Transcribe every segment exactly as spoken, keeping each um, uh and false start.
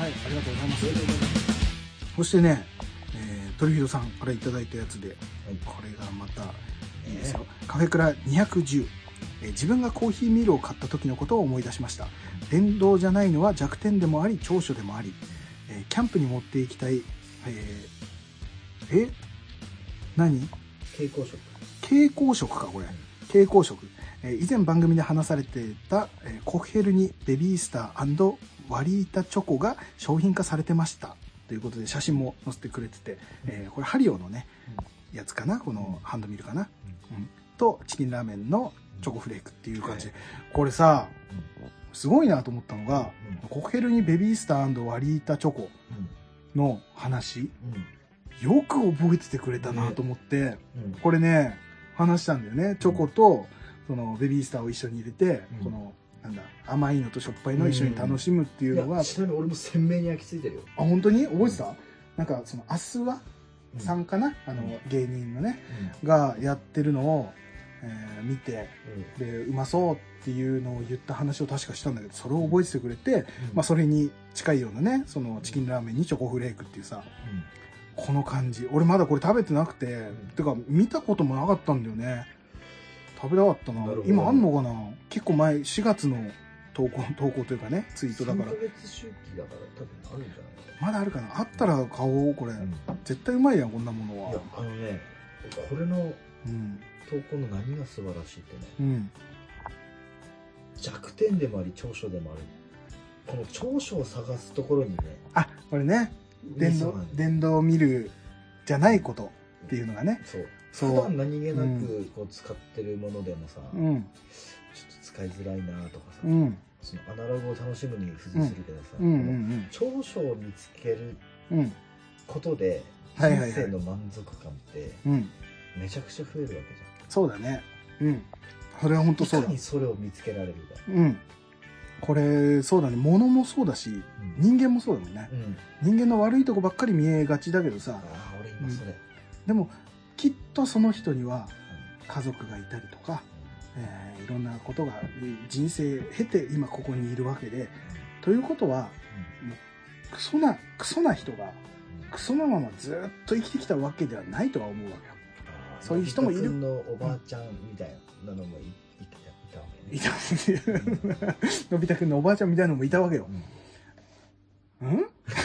はい、ありがとうございます。そしてね、えー、鳥広さんからいただいたやつで、はい、これがまたいいですよ。えー、カフェクラにひゃくじゅう、えー、自分がコーヒーミルを買った時のことを思い出しました。電動じゃないのは弱点でもあり長所でもあり、えー、キャンプに持っていきたい、えー、え何蛍光色蛍光色かこれ、うん、蛍光色、えー、以前番組で話されてた、えー、コッヘルにベビースター&ワリータチョコが商品化されてましたということで写真も載せてくれてて、うん、えー、これハリオのね、うん、やつかな、このハンドミルかな、うんうん、とチキンラーメンのチョコフレークっていう感じで、これさすごいなと思ったのが、うん、コッヘルにベビースター&ワリータチョコの話、うん、よく覚えててくれたなと思って、ね、うん、これね話したんだよね。チョコとそのベビースターを一緒に入れて、うん、このなんだ甘いのとしょっぱいのを一緒に楽しむっていうのが、うん、 ちなみに俺も鮮明に焼き付いてるよ。 あ、本当に覚えてた、うん、なんかそのアスワさんかな、うん、あの芸人のね、うん、がやってるのを、えー、見て、うん、でうまそうっていうのを言った話を確かしたんだけど、それを覚えててくれて、うん、まあ、それに近いようなね、そのチキンラーメンにチョコフレークっていうさ、うん、この感じ俺まだこれ食べてなくて、うん、てか見たこともなかったんだよね。食べたかったな。今あんのかな。結構前しがつの投稿投稿というかねツイートだから。 さんかげつ周期だから多分あるんじゃないかな。まだあるかな。あったら買おうこれ、うん、絶対うまいやんこんなものは。 いやあのねこれの投稿の何が素晴らしいってね、うん、弱点でもあり長所でもある。この長所を探すところにね、 あこれね電動電動ミルじゃないことっていうのがね、 そう普段何気なくこう使ってるものでもさ、うん、ちょっと使いづらいなとかさ、うん、そのアナログを楽しむに付随するけどさ、長所を見つけることで人生の満足感ってめちゃくちゃ増えるわけじゃん。 そうだね。うん。それは本当そうだ。 いかにそれを見つけられるか。 うん。これそうだね。物もそうだし、うん、人間もそうだもんね、うん。人間の悪いとこばっかり見えがちだけどさ。 ああ、俺今それ、うん。 でもきっとその人には家族がいたりとか、うん、えー、いろんなことが人生経て今ここにいるわけで、うん、ということは、うん、もうクソなクソな人がクソなままずっと生きてきたわけではないとは思うわけよ。そういう人もいる。 のおばあちゃんみたいなのもいたわけね。 いた。のび太くんのおばあちゃんみたいなのもいたわけよ。うん？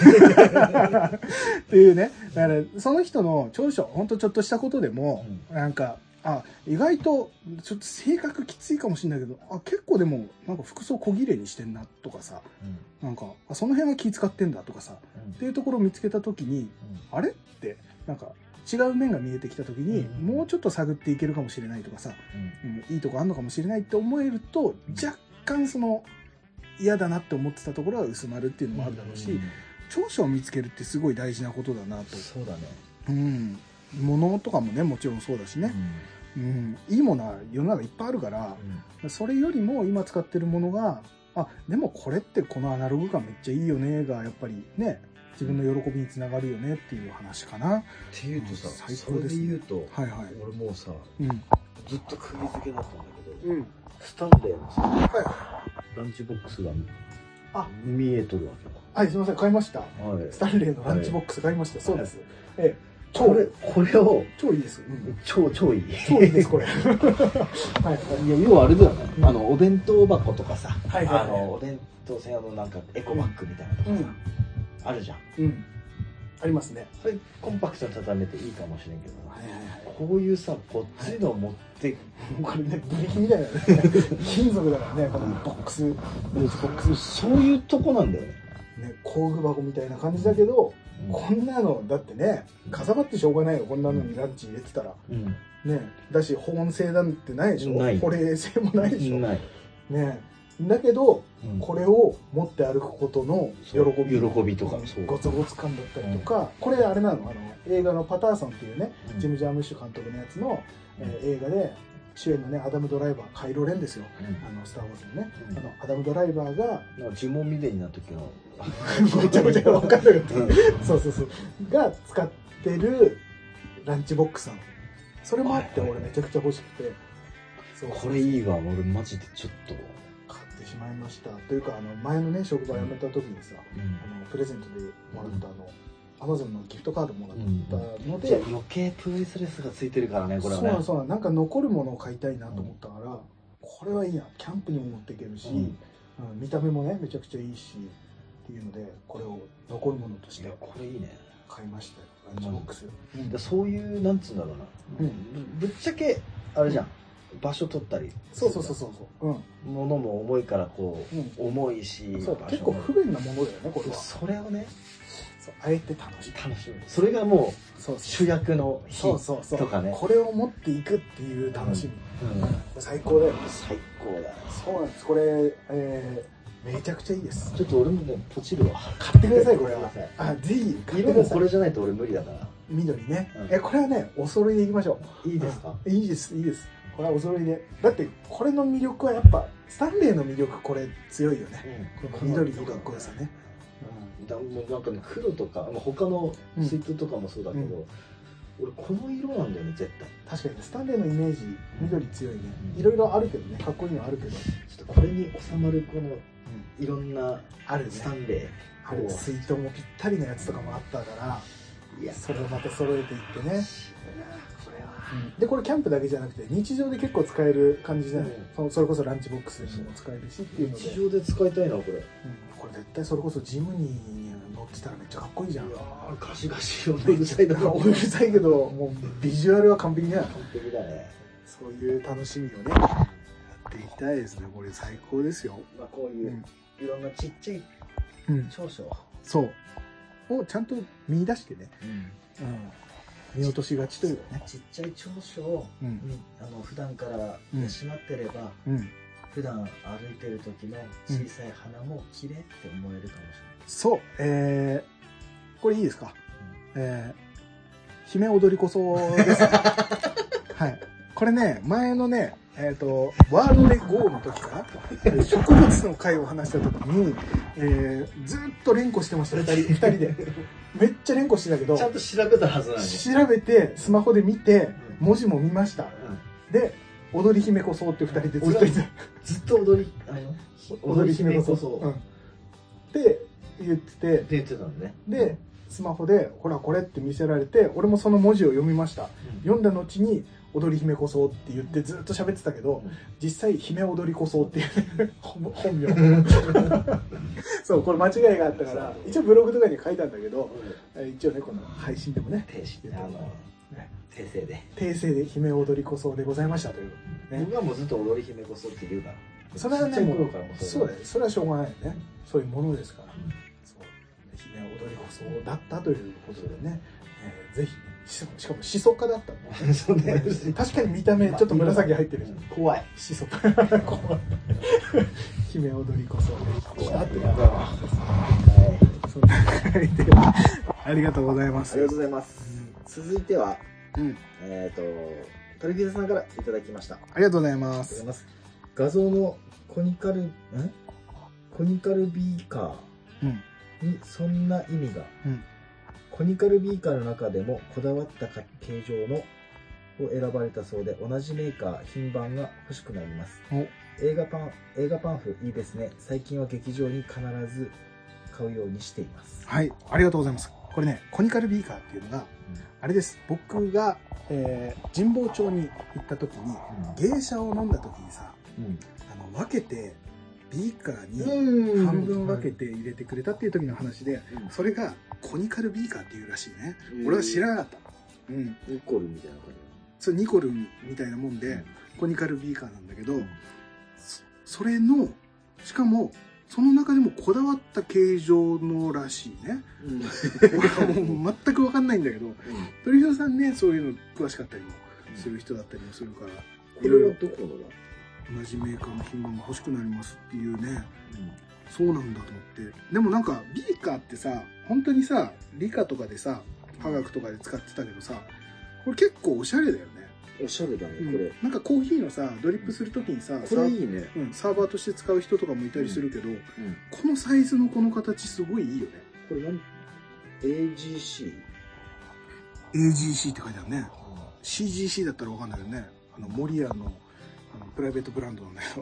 っていうね。だからその人の長所、ほんとちょっとしたことでも、うん、なんかあ意外とちょっと性格きついかもしれないけど、あ結構でもなんか服装小綺麗にしてんなとかさ、うん、なんかあその辺は気使ってんだとかさ、うん、っていうところを見つけた時に、うん、あれってなんか。違う面が見えてきた時に、うん、もうちょっと探っていけるかもしれないとかさ、うんうん、いいとこあんのかもしれないって思えると、若干その嫌だなって思ってたところは薄まるっていうのもあるだろうし、うん、長所を見つけるってすごい大事なことだなと。 そうだね、 うん、物とかもねもちろんそうだしね、うんうん、いいものは世の中いっぱいあるから、うん、それよりも今使ってるものがあでもこれってこのアナログ感めっちゃいいよねがやっぱりね自分の喜びにつながるよねっていう話かな。 っていうとさ、最高ですね。それで言うと、はいはい、俺もうさ、うん、ずっと釘付けだったんだけど、うん、スタンレーのさ、はい、ランチボックスがあ見えとるわけだ。 はい、すみません、買いました。はい、スタンレーのランチボックス買いました。はい、そうです。はい、 え超これこれを超いいです。 うん、超超いい。 超いいですこれ。はい。いや要はあれだよね。うん、あのお弁当箱とかさ、はいはいはい、あのお弁当専用のなんかエコバッグみたいなとかさ。うんうんあるじゃん。うん。ありますね。 それコンパクトに畳めていいかもしれんけど、はいはいはい、こういうさこっちの持って、 はい、これねブリキみたいなね金属だからねこのボックス、ボックスそういうとこなんだよね。 ね工具箱みたいな感じだけど、うん、こんなのだってねかさばってしょうがないよこんなのにランチ入れてたら、うん、ねだし保温性なんてないでしょ。保冷性もないでしょ。ないね。だけど、うん、これを持って歩くことの喜び喜びとかゴツゴツ感だったりとか、うん、これあれなのあの映画のパターソンっていうね、うん、ジム・ジャームッシュ監督のやつの、うんえー、映画で主演のねアダム・ドライバーカイロ・レンですよ、うん、あのスター・ウォーズのね、うん、あのアダム・ドライバーが呪文みたいになった時のめちゃめちゃ分かんなかった、うん、そうそうそうが使ってるランチボックスなの。それもあって俺めちゃくちゃ欲しくて、 そうそうそうこれいいわ俺マジでちょっとでってしまいました。というかあの前のね職場辞めた時にさ、うん、あのプレゼントでもらったあの、アマゾンのギフトカードもらったので、 じゃあ余計プリンセスがついてるからねこれはね。 そうそう、なんか残るものを買いたいなと思ったから、うん、これはいいや、キャンプにも持っていけるし、うんうん、見た目もねめちゃくちゃいいしっていうので、これを残るものとしてこれいいね買いましたよ、ランチボックス。 うん、そういうなんつうんだろうな、うん、ぶっちゃけあれじゃん、うん、場所取ったり、 そうそうそうそうそう、 うん、物も重いからこう、うん、重いし、 そう結構不便なものだよねこれは。 それをね、 そうあえて楽しむ楽しむ、それがもうそう主役の日とかね、 これを持っていくっていう楽しみ、うんうん、最高だよね。 最高だよ。 そうなんです、これ、えー、めちゃくちゃいいです。 ちょっと俺もねポチるわ。 買ってくださいこれは。あ、ぜひ買ってください。 色もこれじゃないと俺無理だから。 緑ね、うん、えこれはねお揃いでいきましょう。いいですか？ いいですいいです。これはお揃いで、だってこれの魅力はやっぱスタンレーの魅力、これ強いよね、うん、この緑のかっこよさね。 うん、だもうなんかね黒とか他のスイートとかもそうだけど、うん、俺この色なんだよね絶対。 確かにスタンレーのイメージ緑強いね、うん、いろいろあるけどね、かっこいいのあるけど、ちょっとこれに収まるこのいろんなスタンレー、 ね、あるスイートもぴったりのやつとかもあったから、いやそれをまた揃えていってね。うん、でこれキャンプだけじゃなくて日常で結構使える感じじゃない、うん、それこそランチボックスにも使えるしっていうので、 日常で使いたいなこれ、うん、 これ絶対それこそジムに乗ってたらめっちゃかっこいいじゃん。 ガシガシうるさいだろ。 うるさいけどもうビジュアルは完璧じゃん。 完璧だね。 そういう楽しみをねやっていきたいですね。これ最高ですよ。 まあこういう、うん、いろんなちっちゃい長所、うん、 そうをちゃんと見出してね、うんうん見落としがちというかね、 ちっちゃい長所を、うん、あの普段から養ってれば、うん、普段歩いてる時の小さい花も綺麗って思えるかもしれない。 そう、えー、これいいですか、うん、えー、姫踊りこそです、ね、はい、これね前のねえーとワードで ゴー の時か植物の回を話した時に、えー、ずっと連呼してましたふたりでめっちゃ連呼してたけどちゃんと調べたはずなのに調べてスマホで見て文字も見ました、うん、で踊り姫こそってふたりでずっと言ってずっと踊りあの踊り姫こそ、うん、って言っててって言ってたんで、ね、 でスマホでほらこれって見せられて俺もその文字を読みました、うん、読んだ後に踊り姫こそって言ってずっと喋ってたけど、うん、実際姫踊りこそっていう本名そうこれ間違いがあったから一応ブログとかに書いたんだけど、うん、一応ねこの配信でもね訂正で訂正で姫踊りこそでございましたという、 ね、僕はもうずっと踊り姫こそって言うからそれはねもうそうだよ、それはしょうがないよね、そういうものですから、うん、そう姫踊りこそだったということでね、えー、ぜひねしかもシソ科だったもんそう、ね、確かに見た目ちょっと紫入ってるじゃん、 怖いシソ科怖い姫踊りこそでしたっていうことは、はい、そんな感じでありがとうございます。 ありがとうございます、うん、続いては、うん、えっ、ー、とトリフィザさんからいただきました。 ありがとうございます。 画像のコニカルんコニカルビーカーにそんな意味が、うん、コニカルビーカーの中でもこだわった形状のを選ばれたそうで、同じメーカー品番が欲しくなります。映画パン映画パンフいいですね。最近は劇場に必ず買うようにしています。 はい、ありがとうございます。これねコニカルビーカーっていうのが、うん、あれです。僕が、えー、神保町に行った時に、うん、芸者を飲んだ時にさ、うん、あの分けてビーカーに半分分けて入れてくれたっていう時の話で、うん、それがコニカルビーカーっていうらしいね。俺は知らなかった。 うん、ニコルみたいな感じ。 それニコルみたいなもんで、うん、コニカルビーカーなんだけど、うん、そ, それのしかもその中でもこだわった形状のらしいね。うん、俺はもう全く分かんないんだけど、うん、鳥広さんねそういうの詳しかったりもする人だったりもするから、 いろいろどこのだ同じメーカーの品番が欲しくなりますっていうね、うん、そうなんだと思って。でもなんかビーカーってさ本当にさ理科とかでさ科学とかで使ってたけどさ、これ結構おしゃれだよね。 おしゃれだね、うん、これなんかコーヒーのさドリップするときにさ、 これいいね、 うん、サーバーとして使う人とかもいたりするけど、うんうん、このサイズのこの形すごいいいよね。 これ何 エージーシーエージーシー って書いてあるね、うん、シージーシー だったら分かんないけどね、あのモリアのあのプライベートブランドなんだけど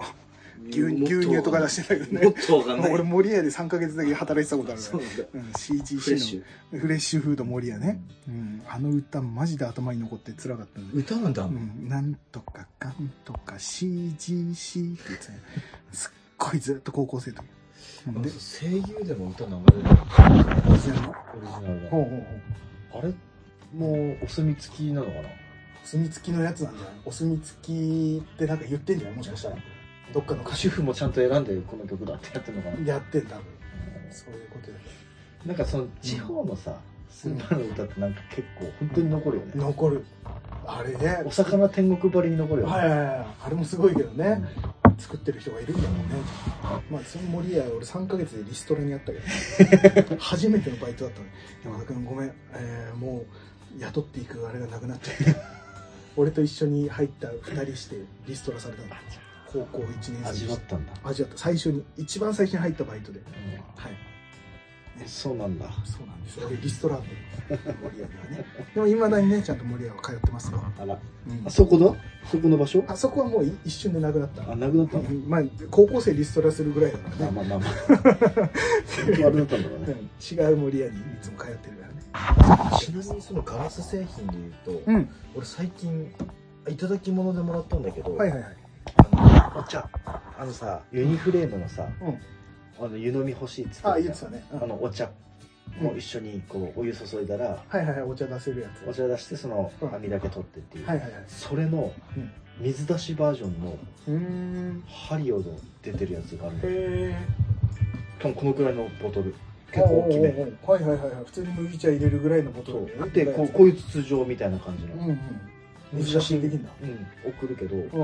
牛牛乳とか出してたけどね。 もっとわかんない。 俺森屋でさんかげつだけ働いてたことあるから、 ね。 うん、シージーシー のフレッシュフード森屋ね、うん、あの歌マジで頭に残って辛かったんで。 歌なんだ、 うん、なんとかかんとか シージーシー って言ってね、すっごいずっと高校生とで声優でも歌流れるオリジナルのオリジナルだ。ほうほうほう。あれもうお墨付きなのかな。 お墨付きのやつなんじゃない。お墨付きってなんか言ってんじゃない、もしかしたらどっかの歌手主婦もちゃんと選んでこの曲だってやってるのかな。 やってんだ、多分そういうことで。 なんかその地方のさ、スーパーの歌ってなんか結構本当に残るよね。 残る。あれね、 お魚天国ばりに残るよね。 はいはいはい。あれもすごいけどね、作ってる人がいるんだろうね。まあその森屋俺さんかげつでリストラにあったけど初めてのバイトだったのに、山田君ごめん、えー、もう雇っていくあれがなくなっちゃって俺と一緒に入ったふたりしてリストラされたの。高校いちねん生味わったんだ。 味わった。最初に一番最初に入ったバイトで、うん、はい、 ね、そうなんだ。 そうなんです。俺リストラート森屋にはね。でもいまだにねちゃんと森屋は通ってますよ。 あら、うん、あそこだ、そこの場所。 あそこはもう一瞬でなくなった。 あ、なくなったの。 まあ高校生リストラするぐらいだからね。 まあまあまあまああれだったんだろうね。 違う森屋にいつも通ってるからね。 ちなみにそのガラス製品でいうと、 うん、 俺最近いただき物でもらったんだけど、 はいはいはい、 あのお茶、あのさユニフレームのさ、うん、あの湯飲み欲しいっつって、 あ、言ってたね、 うん、あのお茶も一緒にこうお湯注いだら、 はいはいはい、お茶出せるやつ、 お茶出してその網だけ取ってっていう、 はいはいはい、 それの水出しバージョンのハリオの出てるやつがあるんだよ。へえ。多分このくらいのボトル、結構大きめ。 はいはいはいはい、普通に麦茶入れるぐらいのボトルで、こうこういう筒状みたいな感じの、うんうん、 水出しできるんだ。 うん、送るけど、うん、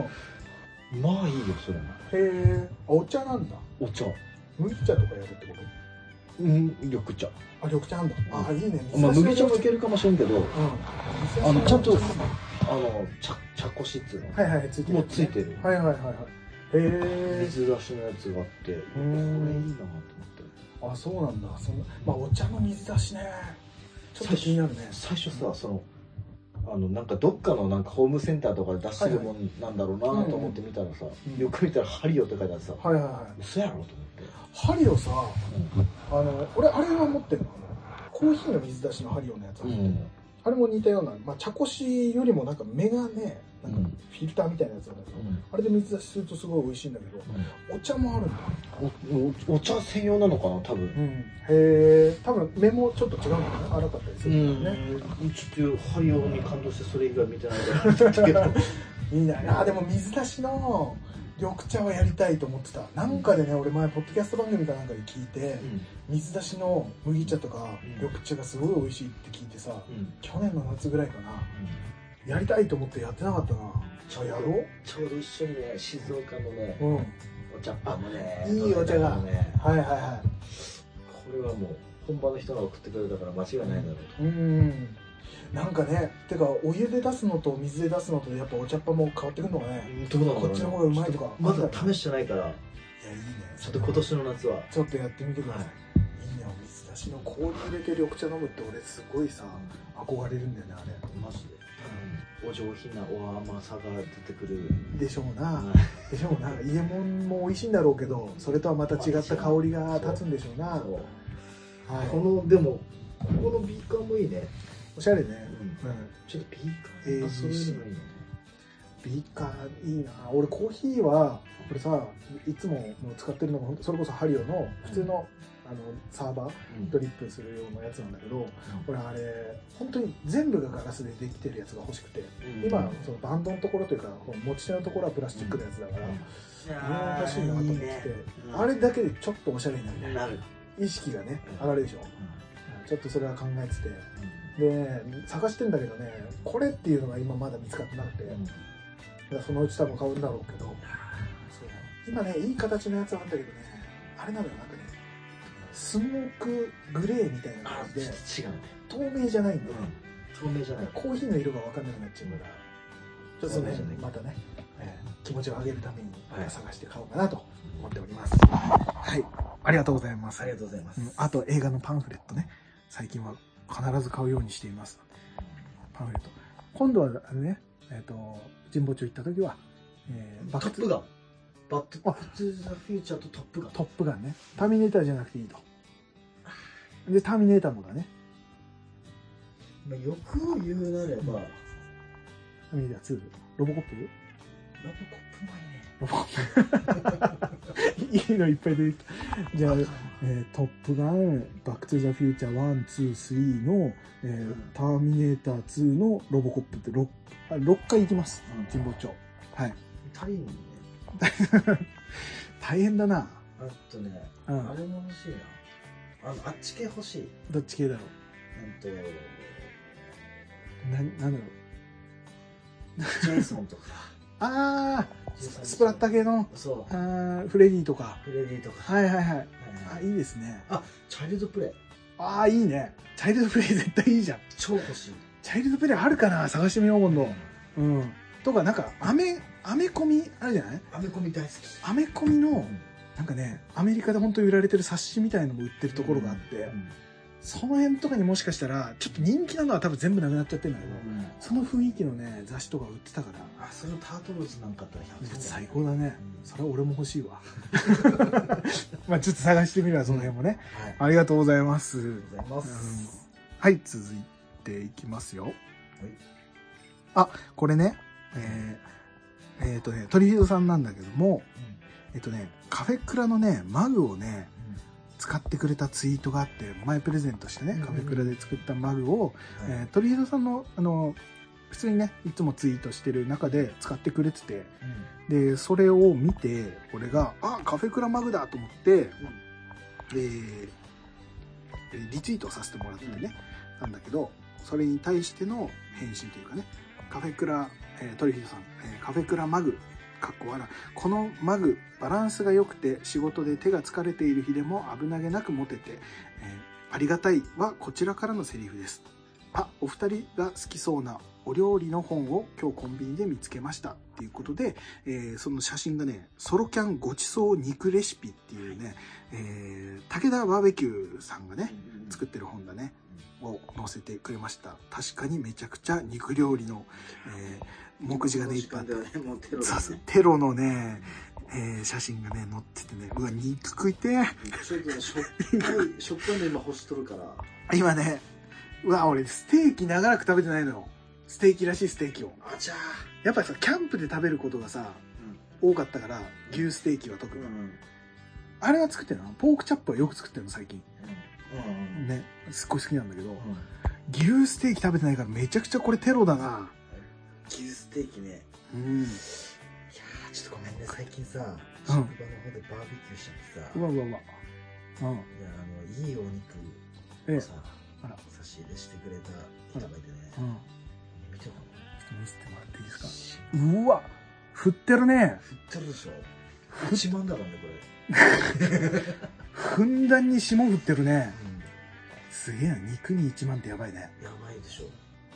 まあいいよそれも。 へえ。お茶なんだ。 お茶。 麦茶とかやるってこと？ うん、緑茶。 あ、緑茶なんだ。あ、いいね。 まあ麦茶もいけるかもしれんけど、あのちゃんとあの茶茶こしっつうの。 はいはい、ついてる。 もうついてる。 はいはいはいはい。へえ。 水出しのやつがあって、これいいなと思って。 あ、そうなんだ。そのまあお茶の水出しね。ちょっと気になるね。 最初さ、そのあのなんかどっかのなんかホームセンターとかで出してるもんなんだろうなと思って見たらさ、よく見たらハリオって書いてあってさ、はいはいはい、嘘やろと思って。ハリオさ、あの俺あれは持ってるの、コーヒーの水出しのハリオのやつは持ってるの。あれも似たような、まあ茶こしよりもなんか目がね、なんかフィルターみたいなやつなんだけど、あれで水出しするとすごい美味しいんだけど、お茶もあるんだ。 おお茶専用なのかな多分。 へえ。多分目もちょっと違うんだね。荒かったりするんだね。 ちょっとハリオに感動してそれ以外見てないからいいね。あ、でも水出しの緑茶はやりたいと思ってた。なんかでね、俺前ポッドキャスト番組かなんかで聞いて、水出しの麦茶とか緑茶がすごい美味しいって聞いてさ、去年の夏ぐらいかな、やりたいと思ってやってなかったな。じゃあやろう。 ちょうど一緒にね、静岡のね、お茶っ葉もね、 いいお茶が、はいはいはい。 これはもう本場の人が送ってくれたから間違いないだろうと。うん。 なんかね、てかお湯で出すのと水で出すのとやっぱお茶っ葉も変わってくるのかね。 どうなんだろうね。 こっちの方がうまいとか。 まだ試してないから。いや、いいね。ちょっと今年の夏はちょっとやってみてください。いいね。お水出しの氷入れて緑茶飲むって俺すごいさ、憧れるんだよね、あれ。 マジで。お上品なお甘さが出てくるでしょうな。でしょうな。伊右衛門も美味しいんだろうけど、それとはまた違った香りが立つんでしょうな。 はい。このでもここのビーカーもいいね。 おしゃれね。 うん。ちょっとビーカーがそういうのいいね。 ビーカーいいな。俺コーヒーはこれさ、いつも使ってるのがそれこそハリオの普通のあのサーバードリップするようなやつなんだけど、うん、俺あれ本当に全部がガラスでできてるやつが欲しくて、うん、今そのバンドのところというか持ち手のところはプラスチックのやつだから、うん、欲しいなと思ってて、ね、あれだけでちょっとおしゃれになるね。なる。意識がね上がるでしょ、うん、ちょっとそれは考えてて、で探してんだけどね、これっていうのが今まだ見つかってなくて、うん、だからそのうち多分買うんだろうけど、そう今ねいい形のやつあるんだけどね、あれなのよ、なんかねスモークグレーみたいな感じで違う、ね、透明じゃないんだよ、 うん、透明じゃない、 コーヒーの色が分かんなくなっちゃうから、ちょっとねまたね、えー、気持ちを上げるために探して買おうかなと思っております。はい、ありがとうございます。 ありがとうございます。 うん、あと映画のパンフレットね、最近は必ず買うようにしています。パンフレット。今度はあれね、えっ、ー、と神保町行った時は、 えー、バケツ。トップガン。 バッド・トゥ・ザ・フューチャーとトップガン。 トップガンね。ターミネーターじゃなくていいと。で、ターミネーターもだね。 まあ、欲を言うなれば、うん、 ターミネーターツー、ロボコップロボコップもいいね。 ロボコップいいのいっぱい出てきた。じゃあ、えー、トップガン、バック・トゥ・ザ・フューチャーワン、ツー、スリーの、えーうん、ターミネーターツーのロボコップってろっ、ろっかい行きます。神保町。はい。 足りんね。 大変だな。 あとね、うん、あれも欲しいな。あの、あっち系欲しい。 どっち系だろう。 なんと、 な、なんだろう。ジェイソンとか。 ああ、スプラッタ系の。 そう。 あフレディとか。 フレディとか。 はいはいはい。あ、いいですね。 あ、チャイルドプレイ。 ああ、いいね。チャイルドプレイ絶対いいじゃん。 超欲しい。 チャイルドプレイあるかな、探してみよう、今度。うん。とか、なんか、アメ、アメコミあるじゃない？ アメコミ大好き。 アメコミの、なんかね、アメリカで本当に売られてる冊子みたいのも売ってるところがあって、うんうん、その辺とかにもしかしたら、ちょっと人気なのは多分全部なくなっちゃってるんだけど、うん、その雰囲気のね、雑誌とか売ってたから。 あ、そのタートルズなんかあったらひゃくえん最高だね。うん、それは俺も欲しいわ。まあちょっと探してみるわ、その辺もね。はい、ありがとうございます。ありがとうございます。 うん、はい、続いていきますよ。はい、あ、これね、えー、えっとね、トリフィードさんなんだけども、うん、えっとね、カフェクラのね、マグをね、うん、使ってくれたツイートがあって、前プレゼントしてね、カフェクラで作ったマグを、うん、えー、トリフィードさんの、あの、普通にね、いつもツイートしてる中で使ってくれてて、うん、で、それを見て、俺が、あ、カフェクラマグだと思って、うん、えー、リツイートさせてもらってね、うん、なんだけど、それに対しての返信というかね、カフェクラ、えー、トリフィードさん、えー、カフェクラマグ、かっこ笑。このマグ、バランスが良くて、仕事で手が疲れている日でも危なげなく持てて、えー、ありがたいはこちらからのセリフです。あ、お二人が好きそうなお料理の本を今日コンビニで見つけました。っていうことで、えー、その写真がね、ソロキャンごちそう肉レシピっていうね、えー、武田バーベキューさんがね、作ってる本だね、を載せてくれました。確かにめちゃくちゃ肉料理の、えー、目次がね、いっぱいあって、そうそう、テロのね、えー、写真がね、載っててね、うわ、肉食いてー。 ちょっとね、しょっぱい、しょっぱいの今欲しとるから。 今ね、うわ、俺、ステーキ長らく食べてないのよ。ステーキらしいステーキを。 あちゃー。 やっぱりさ、キャンプで食べることがさ、うん、多かったから、牛ステーキは特に。うん、あれは作ってるの？ポークチャップはよく作ってるの、最近。うん、ね、すっごい好きなんだけど、うん、牛ステーキ食べてないからめちゃくちゃこれテロだな。 牛ステーキね。 うん。いやー、ちょっとごめんね、最近さ、職場の方でバーベキューしちゃってさ。 うわうわうわ。うん。いや、 あの、いいお肉をさ、あら、差し入れしてくれた人がいてね。うん。見てたの？ ちょっと見せてもらっていいですか？うわ、振ってるね。 振ってるでしょ。いちまんだからね、これ。 ふんだんに霜降ってるね。うん、すげえな、肉にいちまんってやばいね。 やばいでしょ。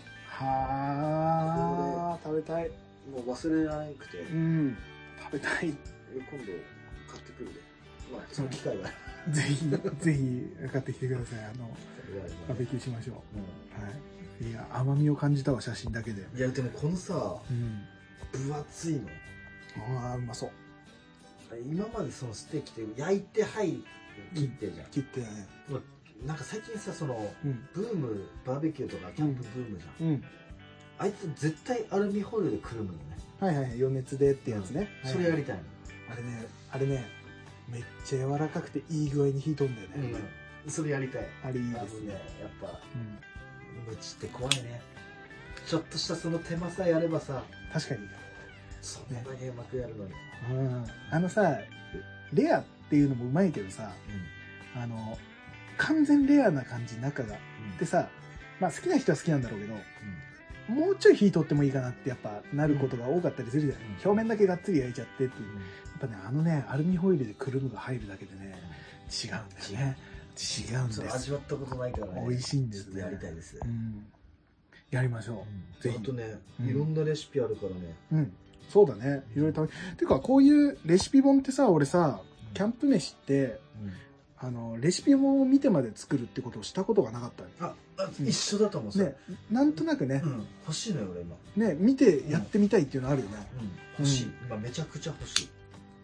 はあ、食べたい。 もう忘れられなくて。 うん。食べたい。 今度買ってくるで。まあ、その機会は。 ぜひ、ぜひ買ってきてください。あの、バーベキューしましょう。うん、はい。いや、甘みを感じたわ、写真だけで。 いや、でもこのさ、うん、分厚いの。 ああ、うまそう。 今までそのステーキって焼いて、はい、切ってじゃん。 切ってね。 なんか最近さ、その、うん、ブーム、バーベキューとかキャンプブームじゃん。うん、あいつ絶対アルミホイルでくるむのね。 はいはい、余熱でってやつね。 うん、それやりたいの。 あれね、あれね、めっちゃ柔らかくていい具合に火飛んだよね。 うん、それやりたい。 あれいいですね。 やっぱ、うん、ムチって怖いね。ちょっとしたその手間さえやればさ。 確かに。 そんなにうまくやるのに。 うん。あのさ、レアっていうのもうまいけどさ、うん、あの、完全レアな感じ、中が。うん、でさ、まあ好きな人は好きなんだろうけど、うん、もうちょい火通ってもいいかなってやっぱなることが多かったりするじゃない、うん、表面だけがっつり焼いちゃってっていう。うん、やっぱね、あのね、アルミホイルでくるむが入るだけでね、違うんだよね。違うんです。 味わったことないからね。 美味しいんですね。 やりたいです。 うん。やりましょう。 ぜひ。あとね、いろんなレシピあるからね。 うん。そうだね。いろいろ食べ、てかこういうレシピ本ってさ、俺さ、キャンプ飯って、あの、レシピ本を見てまで作るってことをしたことがなかったあ、あ、一緒だと思う。 ね、なんとなくね。 欲しいのよ、俺今。 ね、見てやってみたいっていうのあるよね。 欲しい。今めちゃくちゃ欲しい。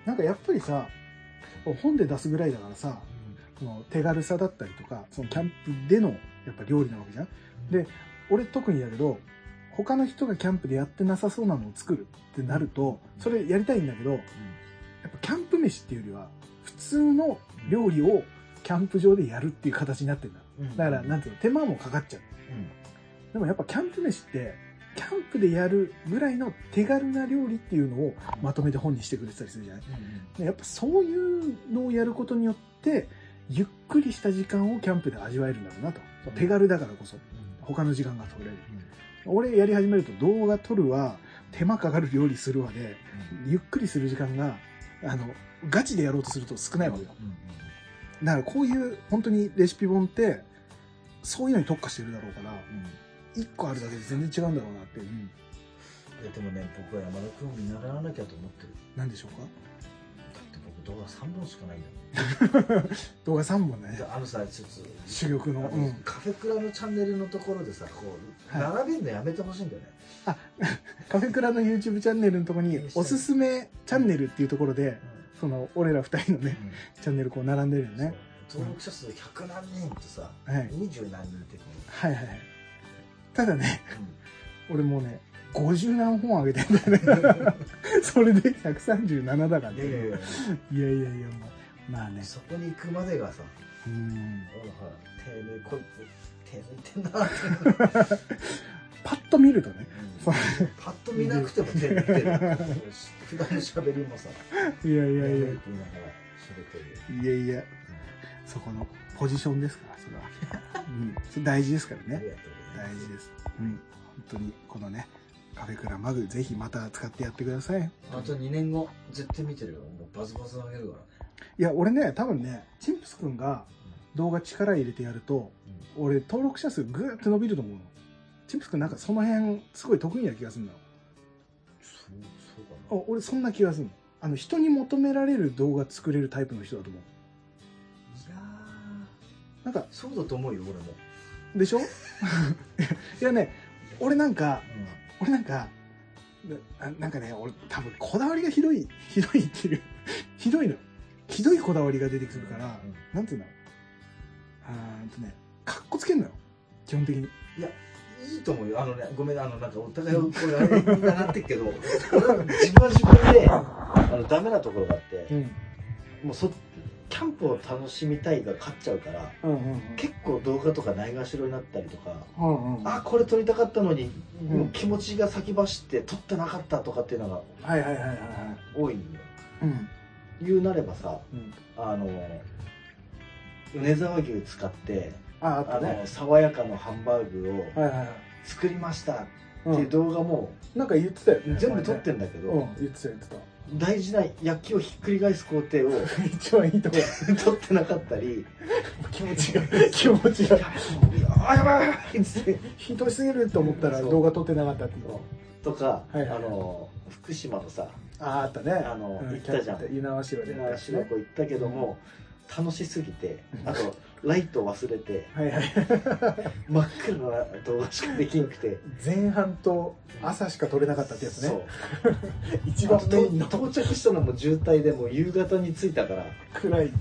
なんかやっぱりさ、本で出すぐらいだからさ、その手軽さだったりとか、そのキャンプでのやっぱ料理なわけじゃん。で、俺特にだけど、他の人がキャンプでやってなさそうなのを作るってなると、それやりたいんだけど、やっぱキャンプ飯っていうよりは、普通の料理をキャンプ場でやるっていう形になってるんだ。だから、なんていうの、手間もかかっちゃう。でもやっぱキャンプ飯って、キャンプでやるぐらいの手軽な料理っていうのをまとめて本にしてくれてたりするじゃない。うん、やっぱそういうのをやることによってゆっくりした時間をキャンプで味わえるんだろうなと、うん、手軽だからこそ他の時間が取れる、うん、俺やり始めると動画撮るわ手間かかる料理するわで、うん、ゆっくりする時間があのガチでやろうとすると少ないわけよ、うんうん、だからこういう本当にレシピ本ってそういうのに特化してるだろうから、うんいっこあるだけで全然違うんだろうなっていう、うん、いやでもね僕は山田君を見習わなきゃと思ってる。 何でしょうか。 だって僕動画さんぼんしかないんだもん動画さんぼんね。 あのさちょっと珠玉の、 うん、カフェクラのチャンネルのところでさこう、はい、並べるのやめてほしいんだよね。あカフェクラの YouTube チャンネルのところにおすすめチャンネルっていうところで、うん、その俺らふたりのね、うん、チャンネルこう並んでるよね。 登録者数ひゃくなんにんとさ、はい、にじゅうなんにんってはいはいただね、うん、俺もうねごじゅうなんほんあげてんだよねそれでひゃくさんじゅうななだからね。いやいやいやいやいやまあねそこに行くまでがさうん手抜いこいつ手抜いてんなってパッと見るとね、 うん、パッと見なくても手抜いてる普段のしゃべりもさいやいやいやいやいやいや、うん、そこのポジションですからそれは、うん、それ大事ですからね。大事です。うん、本当にこのねカフェクラマグぜひまた使ってやってください。 あとにねんご絶対見てるよ。もうバズバズ上げるからね。 いや俺ね多分ねチンプスくんが動画力入れてやると、うん、俺登録者数グーって伸びると思うの。チンプスくんなんかその辺すごい得意な気がするの。 そうそうかな。 俺そんな気がするの。あの人に求められる動画作れるタイプの人だと思う。 いやーなんかそうだと思うよ俺も。 でしょいやね俺なんか、うん、俺なんかなんかね俺多分こだわりがひどいひどいっていうひどいのひどいこだわりが出てくるから、うん、なんていうのあーとねかっこつけんのよ基本的に。いやいいと思うよ。あのねごめんあのなんかお互いをこれあれになってるけど俺は自分は自分であのダメなところがあって、うん、もうそキャンプを楽しみたいが勝っちゃうから、うんうんうん、結構動画とかないがしろになったりとか、うんうんうん、あこれ撮りたかったのに、うん、もう気持ちが先走って撮ってなかったとかっていうのが多いんよ。言うなればさ、うん、あの米沢牛使ってああ、ね、あの爽やかなハンバーグを作りましたっていう動画も、 うん、なんか言ってたよね。 全部撮ってんだけど、 うん、言ってた言ってた。 大事な焼きをひっくり返す工程を一番いいところ撮ってなかったり気持ちが気持ちがあやばいってひどすぎると思ったら動画撮ってなかったっていうとか、はいはいはい、あの福島のさああったねあの、うん、行ったじゃん猪苗代で猪苗代湖行ったけども、うん、楽しすぎてあとライト忘れてはい、はい、真っ暗な動画しかできなくて前半と朝しか撮れなかったってやつね。そう一番メインの到着したのも渋滞でもう夕方に着いたから暗い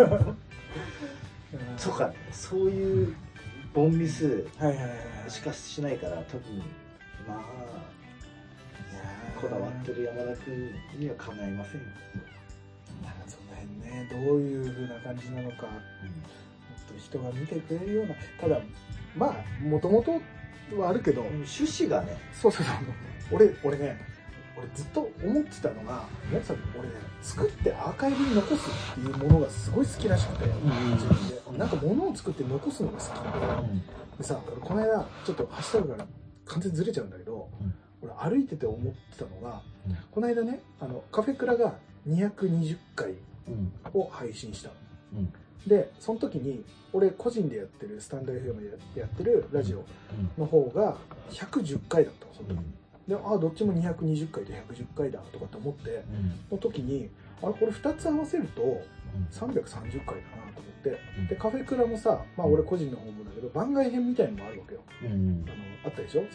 とかそういうボンミスしかしないから特にまあこだわってる山田君にはかないませんよ。 その辺ねどういう風な感じなのか、うん、人が見てくれるようなただまあもともとはあるけど趣旨がねそうそうそう俺俺ね俺ずっと思ってたのが皆さん俺ね作ってアーカイブに残すっていうものがすごい好きらしくて、うん、自分でなんか物を作って残すのが好きで、うん、でさ俺この間ちょっとハッシュタグから完全にずれちゃうんだけど、うん、俺歩いてて思ってたのが、うん、この間ねあのカフェクラがにひゃくにじゅっかいを配信したの、うんでその時に俺個人でやってるスタンド エフエム でやってるラジオの方がひゃくじゅっかいだったのその時、うん、でああどっちもにひゃくにじゅっかいでひゃくじゅっかいだとかって思って、うん、の時にあれこれふたつ合わせるとさんびゃくさんじゅっかいだなと思って、うん、でカフェクラもさまあ俺個人の方もだけど番外編みたいのもあるわけよ、うん、あのあったでしょその、うん、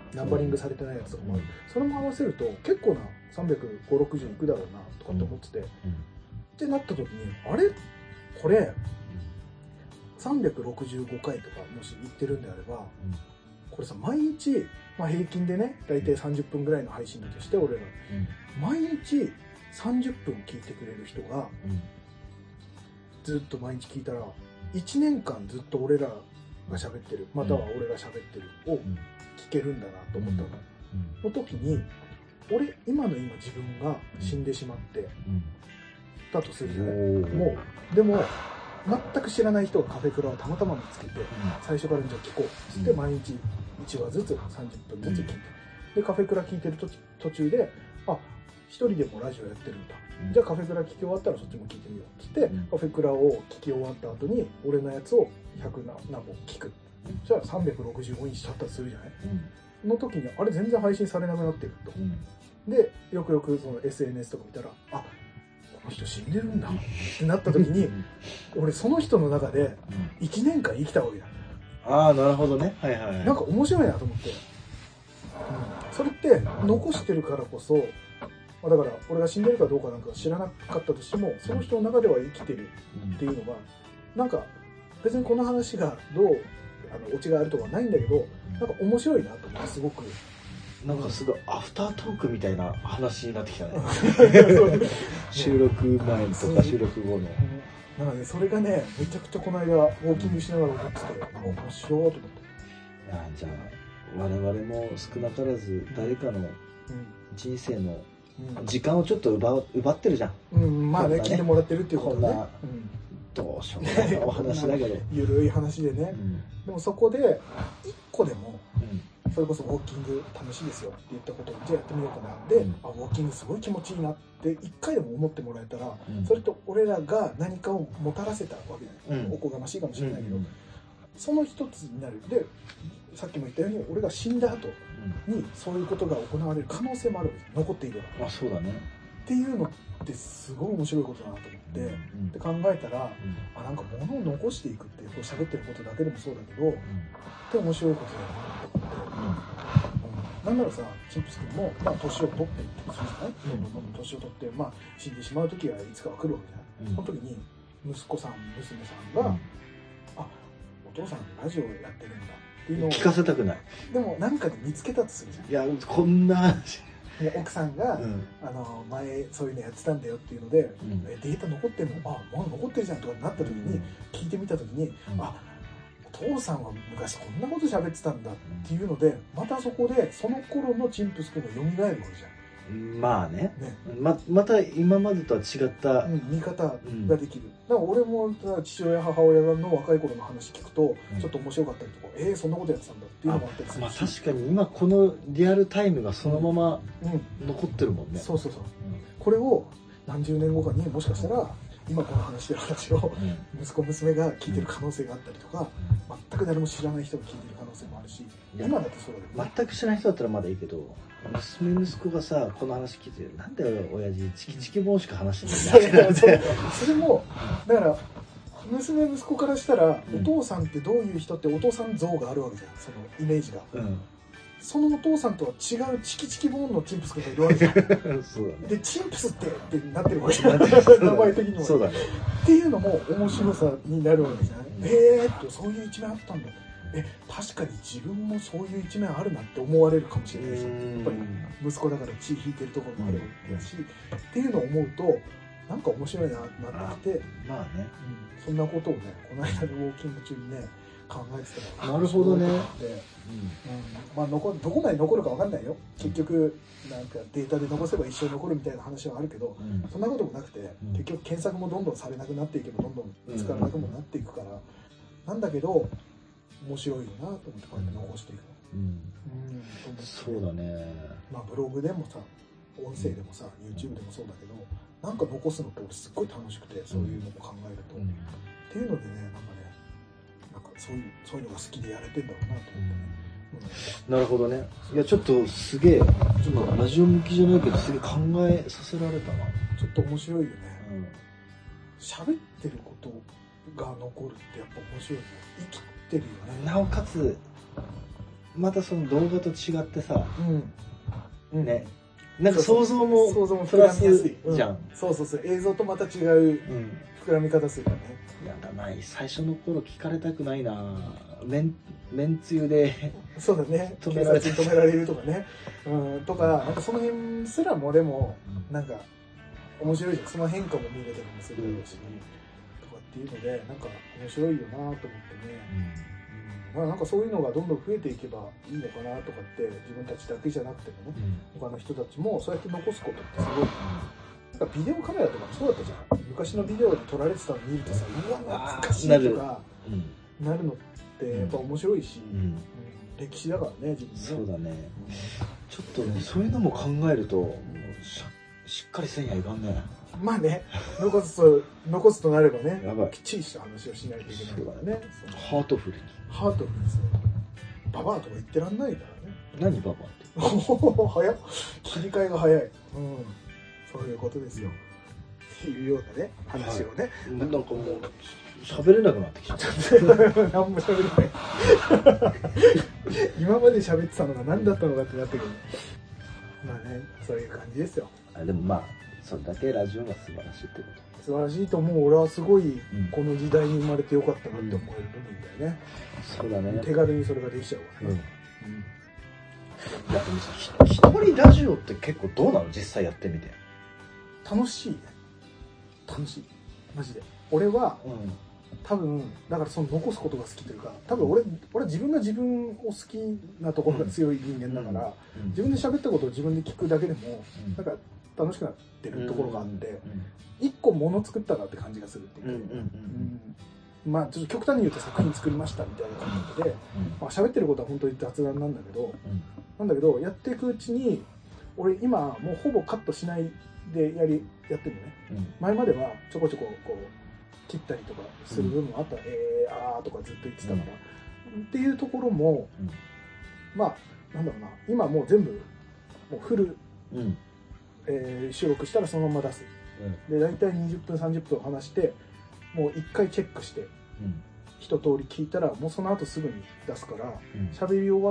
ナンバリングされてないやつとかもある、うん、それも合わせると結構なさんびゃくごじゅう、ろくじゅういくだろうなとかって思ってて、うんうん、ってなった時にあれこれさんびゃくろくじゅうごかいとかもし行ってるんであれば、うん、これさ毎日、まあ、平均でね大体さんじゅっぷんぐらいの配信だとして俺ら、うん、毎日さんじゅっぷん聞いてくれる人が、うん、ずっと毎日聞いたらいちねんかんずっと俺らが喋ってるまたは俺が喋ってるを聞けるんだなと思ったの、うん、の時に俺今の今自分が死んでしまってたとするじゃない、うん、もうでも全く知らない人がカフェクラをたまたま見つけて、うん、最初からじゃあ聞こうっつって毎日いちわずつさんじゅっぷんずつ聞いて、うん、でカフェクラ聞いてる途中であ一人でもラジオやってるんだ、うん、じゃあカフェクラ聞き終わったらそっちも聞いてみようっつって、うん、カフェクラを聞き終わった後に俺のやつをひゃく何本聞く、うん、そしたらさんびゃくろくじゅうごにち経ったりするじゃない、うん、の時にあれ全然配信されなくなってると、うん、でよくよくその エスエヌエス とか見たらあこの人死んでるんだってなった時に俺その人の中でいちねんかん生きたわけだ。 ああなるほどね、はいはい、はい、 なんか面白いなと思って、うん、それって残してるからこそだから俺が死んでるかどうかなんか知らなかったとしてもその人の中では生きてるっていうのがなんか別にこの話がどうあのオチがあるとかはないんだけどなんか面白いなと思ってすごくなんかすごいアフタートークみたいな話になってきたね収録前とか収録後のなのでそれがねめちゃくちゃこの間ウォーキングしながら思ってて面白いと思っていやじゃあ我々も少なからず誰かの人生の時間をちょっと 奪, 奪ってるじゃん、 うん、まあね聞いてもらってるっていうことね、 うん、どうしようもないお話だけどゆるい話でね、うん、でもそこで一個でも、うん、それこそウォーキング楽しいですよって言ったことをじゃあやってみようかなで、うん、あウォーキングすごい気持ちいいなって一回でも思ってもらえたら、うん、それと俺らが何かをもたらせたわけだよ、うん、おこがましいかもしれないけど、うん、その一つになるでさっきも言ったように俺が死んだ後にそういうことが行われる可能性もあるわけです残っているわけ、あ、そうだねっていうのってすごい面白いことだなと思って、うん、で考えたら、うん、あなんか物を残していくってこう喋ってることだけでもそうだけど、うん、って面白いことだなと思って、うんうん、なんならさチンプス君も、まあ、年を取っていってそうじゃない、うん、どんどんどんどん年を取って、まあ、死んでしまう時はいつかは来るわけじゃない、うん、その時に息子さん娘さんが、うん、あお父さんラジオやってるんだっていうのを聞かせたくない。 でも何かで見つけたとするじゃん。いやこんな話奥さんが、うん、あの前そういうのやってたんだよっていうので、うん、データ残ってるのあもう残ってるじゃんとかになった時に、うん、聞いてみた時に、うん、あお父さんは昔こんなこと喋ってたんだっていうのでまたそこでその頃のチンプス君が蘇るわけじゃん。 まあね、ね ま, また今までとは違った、 うん、見方ができる、うん、だから俺も父親母親の若い頃の話聞くとちょっと面白かったりとか、うん、えー、そんなことやってたんだっていうのもあったりするし、 まあ、確かに今このリアルタイムがそのまま残ってるもんね、 うんうん、そうそうそう、うん、これを何十年後かにもしかしたら今この話してる話を息子娘が聞いてる可能性があったりとか、うん、全く誰も知らない人が聞いてる可能性もあるし今だってそうだけど、ね、 全く知らない人だったらまだいいけど娘息子がさこの話聞いてなんだよ親父チキチキ本しか話してないんだよそれもだから娘息子からしたら、うん、お父さんってどういう人ってお父さん像があるわけじゃんそのイメージが、うん、そのお父さんとは違うチキチキボーンのチンプス君がいるわけじゃんそうだ、ね、でチンプスってってなってるわけじゃん名前的にもそうだねっていうのも面白さになるわけじゃない、うん、えーっとそういう一面あったんだえ確かに自分もそういう一面あるなって思われるかもしれないしやっぱり息子だから血引いてるところもあるわけだし、うん、っていうのを思うとなんか面白いなってなってきてまあね、 うん、そんなことをねこの間のウォーキング中にね考えてたらなるほどね、うんうん、 まあ残どこまで残るか分かんないよ結局なんかデータで残せば一生残るみたいな話はあるけど、うん、そんなこともなくて、うん、結局検索もどんどんされなくなっていけばどんどん見つからなくもなっていくから、うん、なんだけど面白いよなと思ってこうやって残していくの、うんうん、そうだねまあブログでもさ音声でもさ、うん、YouTube でもそうだけどなんか残すのって俺すっごい楽しくてそういうのを考えると、うん、っていうのでねなんかねなんかそういうそういうのが好きでやれてんだろうなと思ってね、 うん、なるほどねいやちょっとすげえちょっとラジオ向きじゃないけどすげえ考えさせられたなちょっと面白いよね喋、うん、ってることが残るってやっぱ面白いね生きてるよねなおかつまたその動画と違ってさ、 うん、 ね、なんか想像も想像も膨らみやすいじゃん、うん、 そうそうそう、映像とまた違う膨らみ方するよね、 うん、やだな、最初の頃聞かれたくないな、めんめんつゆでそうだね、止められ止められるとかね、うん、とか、なんかその辺すらもでもなんか面白いじゃん、その変化も見れたりもするだろうし、うん、とかっていうのでなんか面白いよなと思ってね、うん、まあなんかそういうのがどんどん増えていけばいいのかなとかって、自分たちだけじゃなくてもね、うん、他の人たちもそうやって残すことってすごい、なんかビデオカメラとかもそうだったじゃん、昔のビデオで撮られてたの見るとさ、うわ懐かしいとかなるのってやっぱ面白いし、うんうん、歴史だからね、自分ね。そうだね、ちょっとね、そういうのも考えるとし, しっかりせんやいかんね。まあね、残すと残すとなればね、きっちりした話をしないといけないからね。ハートフルに。ハートフルですね。ババアとか言ってらんないからね。何ババアって。早っ。切り替えが早い。うん。そういうことですよ。っていうようなね、話をね。はい、なんかもう喋れなくなってきちゃった。何も喋れない。今まで喋ってたのが何だったのかってなったけど。まあね、そういう感じですよ。あ、でもまあそれだけラジオが素晴らしいってこと。素晴らしいと思う。俺はすごいこの時代に生まれてよかったなって思える部分だよね。そうだね。手軽にそれができちゃうわね。うん。うん、いやでもさ、一人ラジオって結構どうなの？実際やってみて。楽しいね。楽しい。マジで。俺は、うん、多分だからその残すことが好きというか、多分俺俺自分が自分を好きなところが強い人間だから、うん、自分で喋ったことを自分で聞くだけでも、うん、なんか楽しくなってるところがあって、一個もの作ったなって感じがするっていうか、まあちょっと極端に言うと作品作りましたみたいな感じで、まあ喋ってることは本当に雑談なんだけど、なんだけどやっていくうちに俺今もうほぼカットしないでやりやってるのね、うん、前まではちょこちょここう切ったりとかする部分もあった、うん、えー、あーとかずっと言ってたから、うん、っていうところも、うん、まあなんだろうな、今もう全部もうフル、うん、えー、収録したらそのまま出す、うん、で大体にじゅっぷんさんじゅっぷん話してもういっかいチェックして、うん、一通り聞いたらもうその後すぐに出すから喋、うん、り終わった、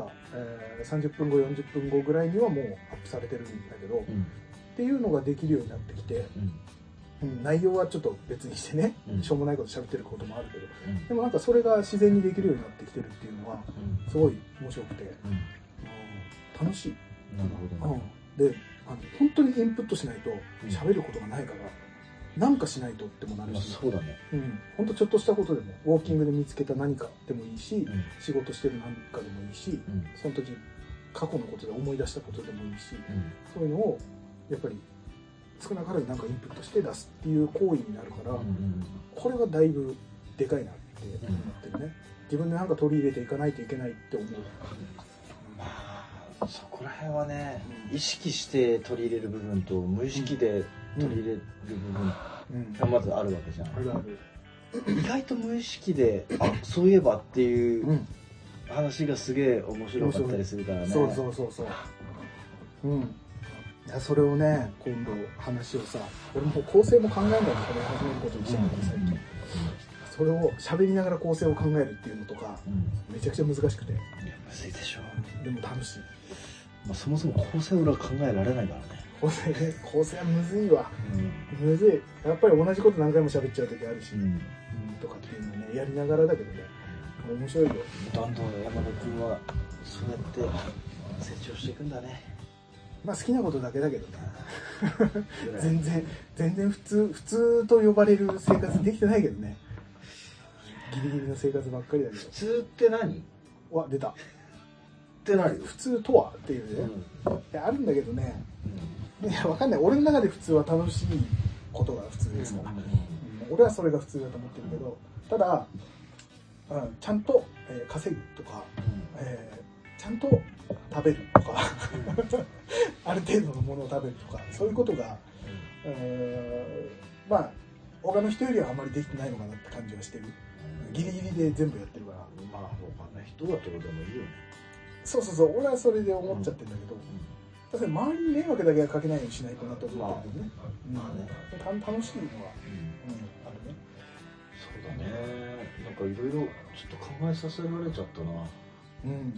えー、さんじゅっぷんごよんじゅっぷんごぐらいにはもうアップされてるんだけど、うん、っていうのができるようになってきて、うん、内容はちょっと別にしてね、うん、しょうもないこと喋ってることもあるけど、うん、でもなんかそれが自然にできるようになってきてるっていうのはすごい面白くて、うんうん、楽しい。なるほど、ね、うん、であの本当にインプットしないと喋ることがないから、うん、なんかしないとってもなるし、そうだね、うん、本当ちょっとしたことでもウォーキングで見つけた何かでもいいし、うん、仕事してる何かでもいいし、うん、その時過去のことで思い出したことでもいいし、うん、そういうのをやっぱり少なからずなんかインプットして出すっていう行為になるから、うんうん、これがだいぶでかいなって思ってるね、うん、自分でなんか取り入れていかないといけないって思う、まあそこら辺はね、うん、意識して取り入れる部分と無意識で取り入れる部分がまずあるわけじゃん、うんうん、あるある。意外と無意識であそういえばっていう話がすげえ面白かったりするからね、そうそうそうそう、うん、いやそれをね今度話をさ、俺も構成も考えないでこれ始めることにしてるんだけど最近、それを喋りながら構成を考えるっていうのとか、うん、めちゃくちゃ難しくて、いやむずいでしょ、でも楽しい、まあ、そもそも構成俺は考えられないからね、構成ね、構成はむずいわ、うん、むずい、やっぱり同じこと何回も喋っちゃう時あるし、うんうん、とかっていうのをねやりながらだけどね面白いよ。どんどん山田君はそうやって成長していくんだね。まあ好きなことだけだけどね全然全然普通普通と呼ばれる生活できてないけどね、ギリギリの生活ばっかりだけど。普通って何？わ出たって何？普通とはっていうね、うん、いやあるんだけどね、うん、いやわかんない、俺の中で普通は楽しいことが普通ですから、うんうんうん、俺はそれが普通だと思ってるけど、ただ、うん、ちゃんと、えー、稼ぐとか、うんえー、ちゃんと食べるとかある程度のものを食べるとかそういうことが、うんえー、まあ他の人よりはあまりできてないのかなって感じがしてる、うん、ギリギリで全部やってるから、まあ他の人だとでもいいよね。そうそうそう、俺はそれで思っちゃってるんだけど、うんうん、周りに迷惑だけはかけないようにしないとなと思ってるけどね、まあ、まあね、楽しいのは、うんうん、あるね。そうだね、なんかいろいろちょっと考えさせられちゃったな。うん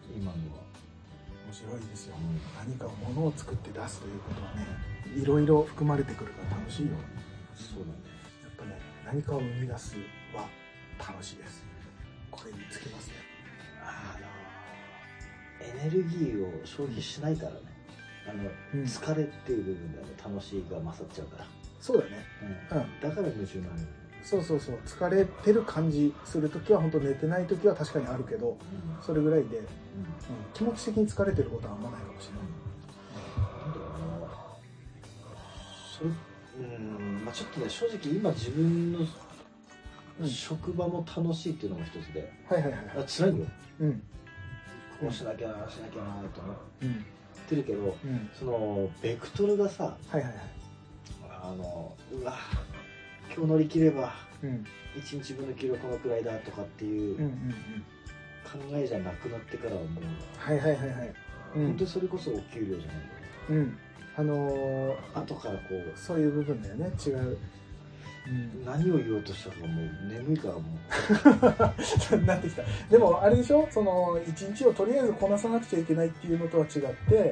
今のは面白いですよ、うん、何かものを作って出すということはね、いろいろ含まれてくるから楽しいよ。 そうだね。 やっぱね、何かを生み出すは楽しいです。これにつきますね。 あのエネルギーを消費しないからね、あの、うん、疲れっていう部分では楽しいが勝っちゃうから。 そうだね、 うん、うん、だから夢中なの。 そうそうそう、疲れてる感じするときは本当寝てないときは確かにあるけど、うん、それぐらいで、うんうん、気持ち的に疲れてることはあんまないかもしれない。なんだろうな、それ、うん、まあちょっとね、正直今自分の職場も楽しいっていうのも一つで、 うん、はいはいはい、 辛いよ、うん、こうしなきゃなしなきゃなと思ってるけど、うん、そのベクトルがさ、はいはいはい、あのうわ今日乗り切ればいちにちぶんの給料このくらいだとかっていう考えじゃなくなってからはもう、 はいはいはいはい、 本当にそれこそお給料じゃないよ、 うん、あのー、後からこうそういう部分だよね、違う、 うん、何を言おうとしたかもう眠いからもうなってきた。でもあれでしょ、その一日をとりあえずこなさなくちゃいけないっていうのとは違って、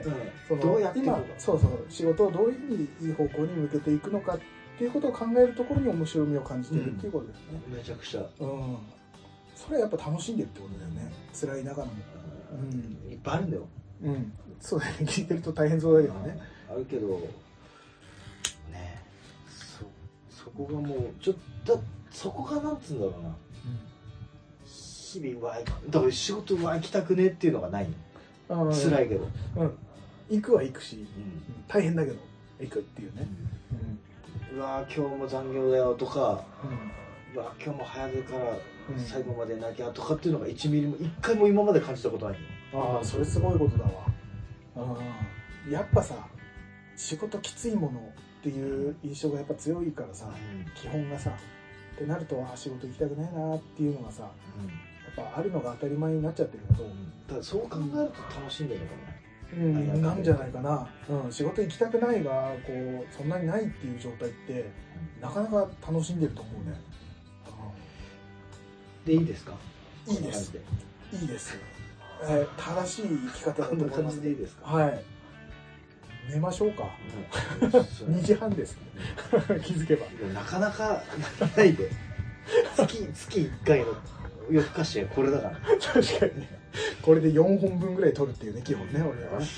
うん、そのどうやって今そうそう仕事をどういうふうにいい方向に向けていくのかっていうことを考えるところに面白みを感じてるっていうことですね、 うん、めちゃくちゃ、 うん、それはやっぱ楽しんでるってことだよね、辛いながらも、 うん、いっぱいあるんだよ、 うん、そうだね、聞いてると大変そうだけどね、 あるけどね、そそこがもうちょっとそこがなんつうんだろうな、うん、日々はだから仕事は行きたくねっていうのがないの、辛いけど、 うん、行くは行くし、うん、大変だけど行くっていうね、 うん、うわ今日も残業だよとか、うん、うわ今日も早出から最後までなきゃとかっていうのがいちミリもいっかいも今まで感じたことないの。ああそれすごいことだわ。あやっぱさ仕事きついものっていう印象がやっぱ強いからさ、うん、基本がさってなるとあ仕事行きたくないなっていうのがさ、うん、やっぱあるのが当たり前になっちゃってるけど、うん、 だからそう考えると楽しんでるのかな、 うん、なんじゃないかな、うん、仕事行きたくないがこうそんなにないっていう状態って、うん、なかなか楽しんでると思うね、 うん、でいいですか？ いいですいいです、えー、正しい生き方だと思います。 こんな感じでいいですか？ はい、寝ましょうか、うん、にじはんです気づけばなかなかないで月月いっかいの夜更かしはこれだから確かにね、これでよんほんぶんぐらい撮るっていうね基本ね俺はね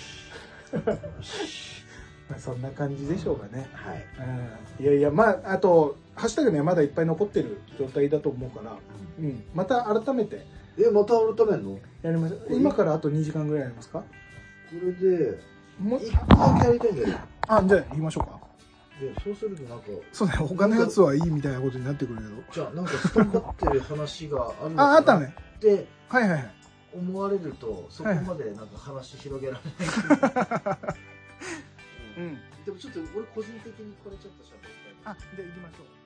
まあそんな感じでしょうかね、はい、うん、いやいやまああとハッシュタグねまだいっぱい残ってる状態だと思うから、うん、うん、また改めてえまた改めるのやりましょう。今からあとにじかんぐらいやりますか？これでもういっこだけやりたいんだよ。 あ、じゃあ行きましょうか。 でそうするとなんかそうね、他のやつはいいみたいなことになってくるけど、 じゃあなんかスタンバってる話があるのかなあ、あったねで、 はいはいはい、 思われるとそこまでなんか話広げられない、うん、でもちょっと俺個人的にこれちょっと喋りたい。 あ、じゃあ行きましょう。